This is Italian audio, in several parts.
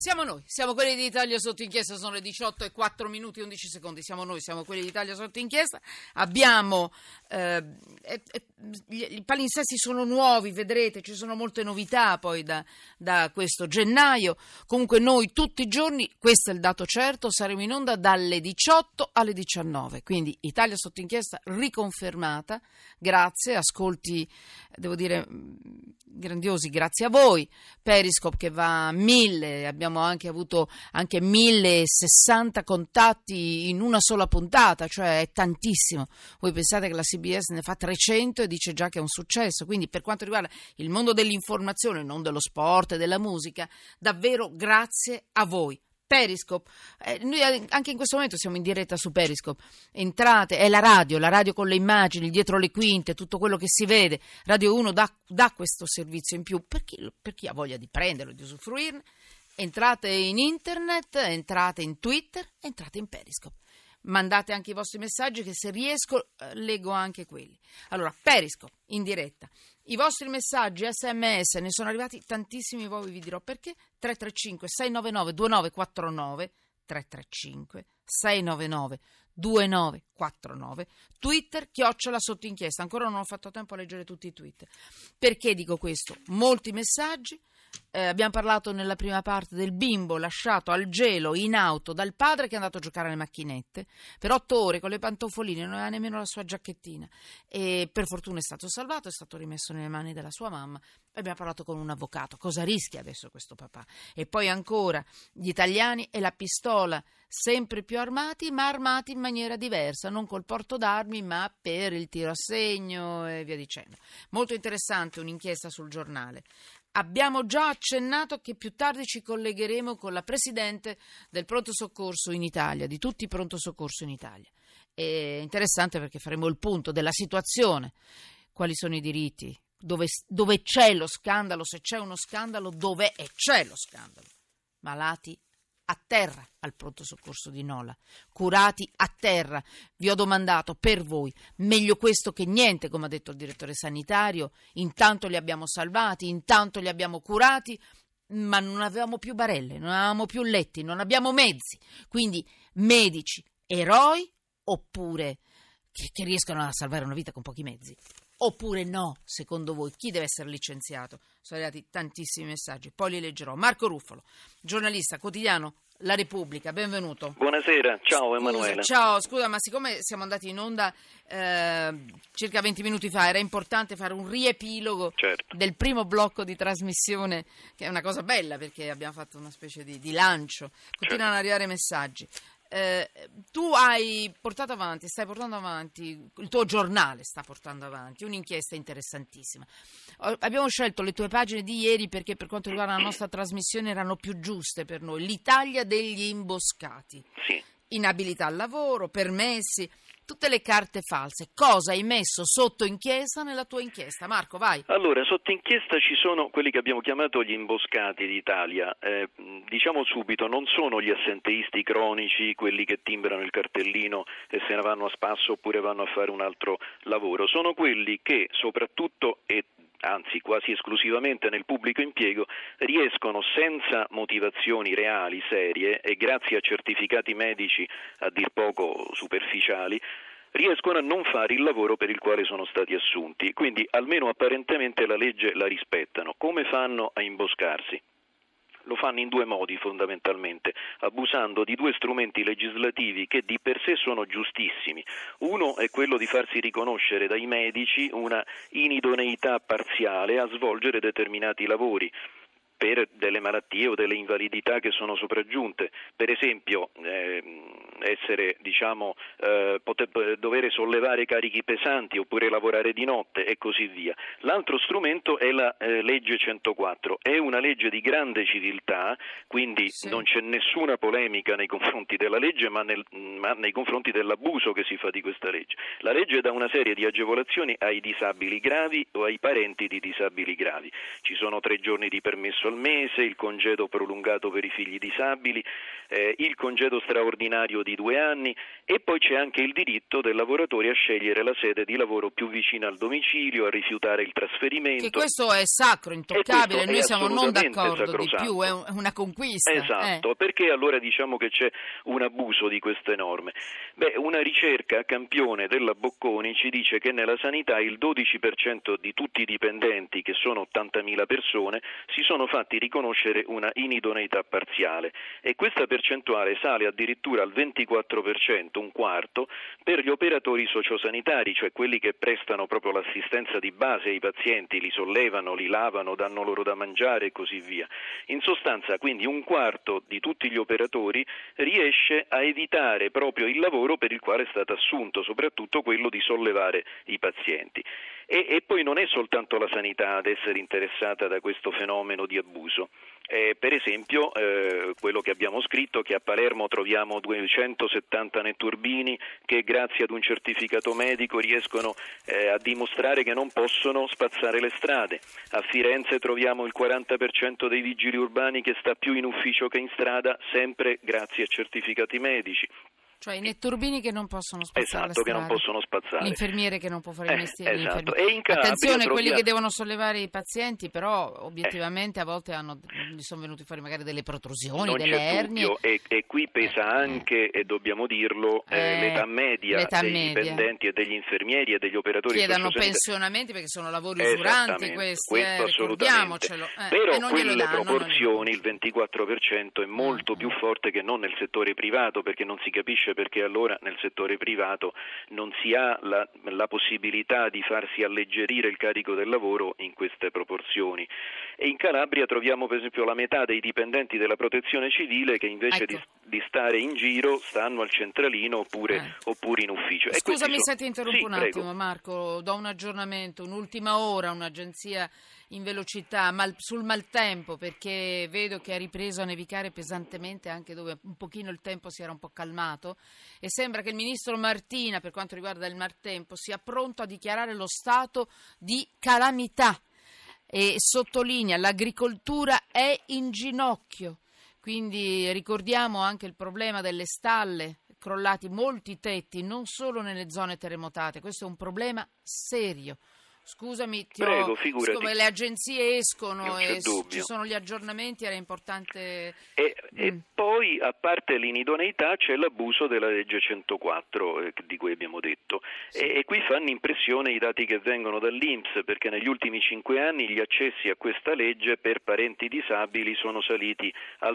Siamo noi, siamo quelli di Italia sotto inchiesta, sono le 18 e 4 minuti e 11 secondi, siamo noi, siamo quelli di Italia sotto inchiesta, abbiamo, i palinsesti sono nuovi, vedrete, ci sono molte novità poi da questo gennaio, comunque noi tutti i giorni, questo è il dato certo, saremo in onda dalle 18 alle 19, quindi Italia sotto inchiesta riconfermata, grazie, ascolti, devo dire, grandiosi, grazie a voi, Periscope che va a 1000, abbiamo anche avuto 1060 contatti in una sola puntata, cioè è tantissimo. Voi pensate che la CBS ne fa 300 e dice già che è un successo, quindi per quanto riguarda il mondo dell'informazione, non dello sport e della musica, davvero grazie a voi. Periscope, noi anche in questo momento siamo in diretta su Periscope, entrate, è la radio con le immagini, dietro le quinte, tutto quello che si vede. Radio 1 dà questo servizio in più per chi ha voglia di prenderlo, di usufruirne. Entrate in internet, entrate in Twitter, entrate in Periscope. Mandate anche i vostri messaggi che se riesco leggo anche quelli. Allora, Periscope in diretta. I vostri messaggi SMS ne sono arrivati tantissimi, poi vi dirò perché. 335 699 2949 335 699 2949 Twitter @ @sottoinchiesta. Ancora non ho fatto tempo a leggere tutti i Twitter. Perché dico questo? Molti messaggi. Abbiamo parlato nella prima parte del bimbo lasciato al gelo in auto dal padre che è andato a giocare alle macchinette per 8 ore con le pantofoline, non aveva nemmeno la sua giacchettina e per fortuna è stato salvato, è stato rimesso nelle mani della sua mamma. Abbiamo parlato con un avvocato, cosa rischia adesso questo papà? E poi ancora gli italiani e la pistola, sempre più armati, ma armati in maniera diversa, non col porto d'armi ma per il tiro a segno e via dicendo. Molto interessante un'inchiesta sul Giornale. Abbiamo già accennato che più tardi ci collegheremo con la presidente del pronto soccorso in Italia, di tutti i pronto soccorso in Italia. È interessante perché faremo il punto della situazione, quali sono i diritti, dove c'è lo scandalo, se c'è uno scandalo, dov'è e c'è lo scandalo. Malati a terra al pronto soccorso di Nola, curati a terra. Vi ho domandato per voi, meglio questo che niente, come ha detto il direttore sanitario, intanto li abbiamo salvati, intanto li abbiamo curati, ma non avevamo più barelle, non avevamo più letti, non abbiamo mezzi, quindi medici, eroi oppure che riescono a salvare una vita con pochi mezzi. Oppure no, secondo voi, chi deve essere licenziato? Sono arrivati tantissimi messaggi, poi li leggerò. Marco Ruffolo, giornalista, quotidiano La Repubblica, benvenuto. Buonasera, ciao Emanuele. Ciao, scusa, ma siccome siamo andati in onda circa 20 minuti fa, era importante fare un riepilogo del primo blocco di trasmissione, che è una cosa bella perché abbiamo fatto una specie di lancio. Continuano ad arrivare messaggi. Tu hai portato avanti, stai portando avanti, il tuo giornale sta portando avanti un'inchiesta interessantissima. Abbiamo scelto le tue pagine di ieri perché per quanto riguarda la nostra trasmissione erano più giuste per noi. L'Italia degli imboscati, sì. Inabilità al lavoro, permessi, tutte le carte false. Cosa hai messo sotto inchiesta nella tua inchiesta? Marco, vai. Allora, sotto inchiesta ci sono quelli che abbiamo chiamato gli imboscati d'Italia. Diciamo subito, non sono gli assenteisti cronici, quelli che timbrano il cartellino e se ne vanno a spasso oppure vanno a fare un altro lavoro. Sono quelli che soprattutto anzi quasi esclusivamente nel pubblico impiego, riescono senza motivazioni reali, serie e grazie a certificati medici a dir poco superficiali, riescono a non fare il lavoro per il quale sono stati assunti, quindi almeno apparentemente la legge la rispettano. Come fanno a imboscarsi? Lo fanno in due modi fondamentalmente, abusando di due strumenti legislativi che di per sé sono giustissimi. Uno è quello di farsi riconoscere dai medici una inidoneità parziale a svolgere determinati lavori per delle malattie o delle invalidità che sono sopraggiunte, per esempio essere, dover sollevare carichi pesanti oppure lavorare di notte e così via. L'altro strumento è la legge 104, è una legge di grande civiltà, quindi non c'è nessuna polemica nei confronti della legge, ma nei confronti dell'abuso che si fa di questa legge. La legge dà una serie di agevolazioni ai disabili gravi o ai parenti di disabili gravi. Ci sono 3 giorni di permesso al mese, il congedo prolungato per i figli disabili, il congedo straordinario di di 2 anni, e poi c'è anche il diritto del lavoratore a scegliere la sede di lavoro più vicina al domicilio, a rifiutare il trasferimento. Che questo è sacro, intoccabile, noi siamo non d'accordo, sacrosanto. Di più, è una conquista. Esatto, perché allora diciamo che c'è un abuso di queste norme? Una ricerca a campione della Bocconi ci dice che nella sanità il 12% di tutti i dipendenti, che sono 80.000 persone, si sono fatti riconoscere una inidoneità parziale, e questa percentuale sale addirittura al 24%, un quarto, per gli operatori sociosanitari, cioè quelli che prestano proprio l'assistenza di base ai pazienti, li sollevano, li lavano, danno loro da mangiare e così via. In sostanza, quindi, un quarto di tutti gli operatori riesce a evitare proprio il lavoro per il quale è stato assunto, soprattutto quello di sollevare i pazienti. E poi non è soltanto la sanità ad essere interessata da questo fenomeno di abuso. Per esempio, quello che abbiamo scritto, che a Palermo troviamo 270 netturbini che grazie ad un certificato medico riescono a dimostrare che non possono spazzare le strade. A Firenze troviamo il 40% dei vigili urbani che sta più in ufficio che in strada, sempre grazie a certificati medici. Cioè i netturbini che non possono spazzare la strada. Che non possono spazzare. L'infermiere che non può fare il mestiere. Esatto. E in Calabria attenzione, quelli che devono sollevare i pazienti, però obiettivamente a volte gli sono venuti fuori magari delle protrusioni, non delle ernie. Dubbio. E qui pesa anche, e dobbiamo dirlo, l'età media dei dipendenti e degli infermieri e degli operatori chiedono pensionamenti perché sono lavori usuranti questi, questo ricordiamocelo. Però e non quelle proporzioni, il 24% è molto più forte che non nel settore privato, perché non si capisce perché allora nel settore privato non si ha la possibilità di farsi alleggerire il carico del lavoro in queste proporzioni. E in Calabria troviamo per esempio la metà dei dipendenti della protezione civile che invece di stare in giro stanno al centralino oppure in ufficio. Scusami se ti interrompo un attimo, prego. Marco, do un aggiornamento, un'ultima ora, un'agenzia in velocità sul maltempo, perché vedo che ha ripreso a nevicare pesantemente anche dove un pochino il tempo si era un po' calmato, e sembra che il ministro Martina, per quanto riguarda il maltempo, sia pronto a dichiarare lo stato di calamità e sottolinea l'agricoltura è in ginocchio. Quindi ricordiamo anche il problema delle stalle, crollati molti tetti, non solo nelle zone terremotate. Questo è un problema serio. Scusami, siccome le agenzie escono e ci sono gli aggiornamenti, era importante. E poi, a parte l'inidoneità, c'è l'abuso della legge 104 di cui abbiamo detto. Sì. E qui fanno impressione i dati che vengono dall'INPS, perché negli ultimi 5 anni gli accessi a questa legge per parenti disabili sono saliti al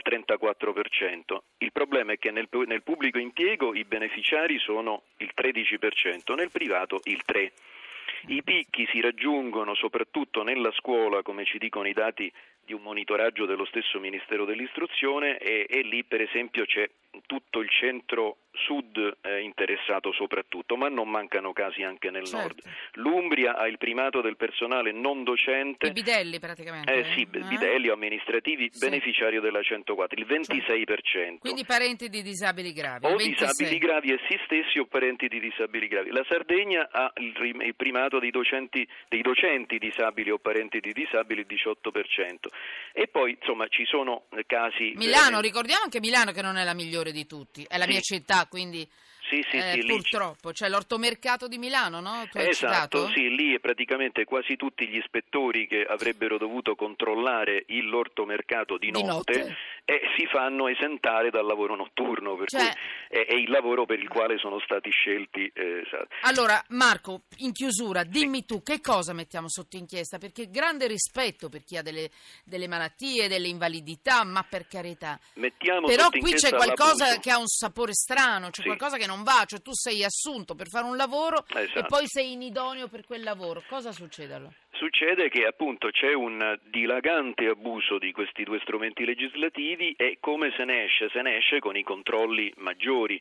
34%. Il problema è che nel pubblico impiego i beneficiari sono il 13%, nel privato il 3%. I picchi si raggiungono soprattutto nella scuola, come ci dicono i dati di un monitoraggio dello stesso Ministero dell'Istruzione, e lì per esempio c'è tutto il centro-sud interessato soprattutto, ma non mancano casi anche nel nord. L'Umbria ha il primato del personale non docente. I bidelli praticamente. Bidelli o amministrativi, beneficiario della 104, il 26%. Quindi parenti di disabili gravi. O disabili gravi essi stessi o parenti di disabili gravi. La Sardegna ha il primato dei docenti disabili o parenti di disabili, il 18%. E poi insomma ci sono casi. Milano, ricordiamo anche Milano che non è la migliore di tutti, è la mia città, quindi purtroppo c'è l'ortomercato di Milano, no? Tu hai citato? Sì, lì praticamente quasi tutti gli ispettori che avrebbero dovuto controllare l'ortomercato di notte si fanno esentare dal lavoro notturno, per cui è il lavoro per il quale sono stati scelti. Allora Marco, in chiusura, dimmi tu che cosa mettiamo sotto inchiesta, perché grande rispetto per chi ha delle malattie, delle invalidità, ma per carità. Però qui c'è qualcosa che ha un sapore strano, c'è qualcosa che non va, cioè tu sei assunto per fare un lavoro e poi sei inidoneo per quel lavoro. Cosa succede allora? Succede che appunto c'è un dilagante abuso di questi due strumenti legislativi, e come se ne esce? Se ne esce con i controlli maggiori.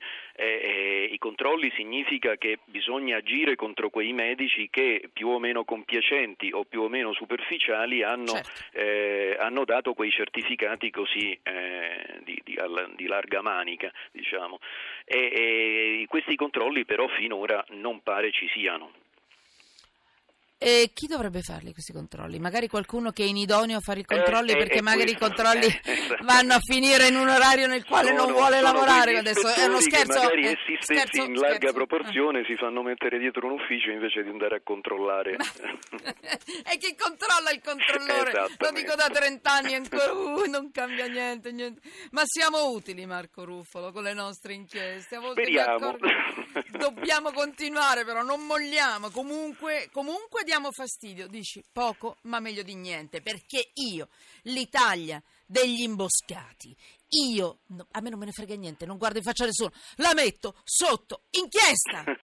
I controlli significa che bisogna agire contro quei medici che più o meno compiacenti o più o meno superficiali hanno dato quei certificati così di larga manica, diciamo. E questi controlli però finora non pare ci siano. E chi dovrebbe farli questi controlli? Magari qualcuno che è inidoneo a fare i controlli perché magari i controlli vanno a finire in un orario nel quale non vuole lavorare. Adesso è uno scherzo. Magari essi stessi in larga proporzione si fanno mettere dietro un ufficio invece di andare a controllare. E chi controlla il controllore? Lo dico da 30 anni ancora, non cambia niente. Ma siamo utili, Marco Ruffolo, con le nostre inchieste. A volte speriamo. Dobbiamo continuare, però non molliamo. Comunque diamo fastidio. Dici poco, ma meglio di niente, perché l'Italia degli imboscati, a me non me ne frega niente, non guardo in faccia a nessuno, la metto sotto inchiesta.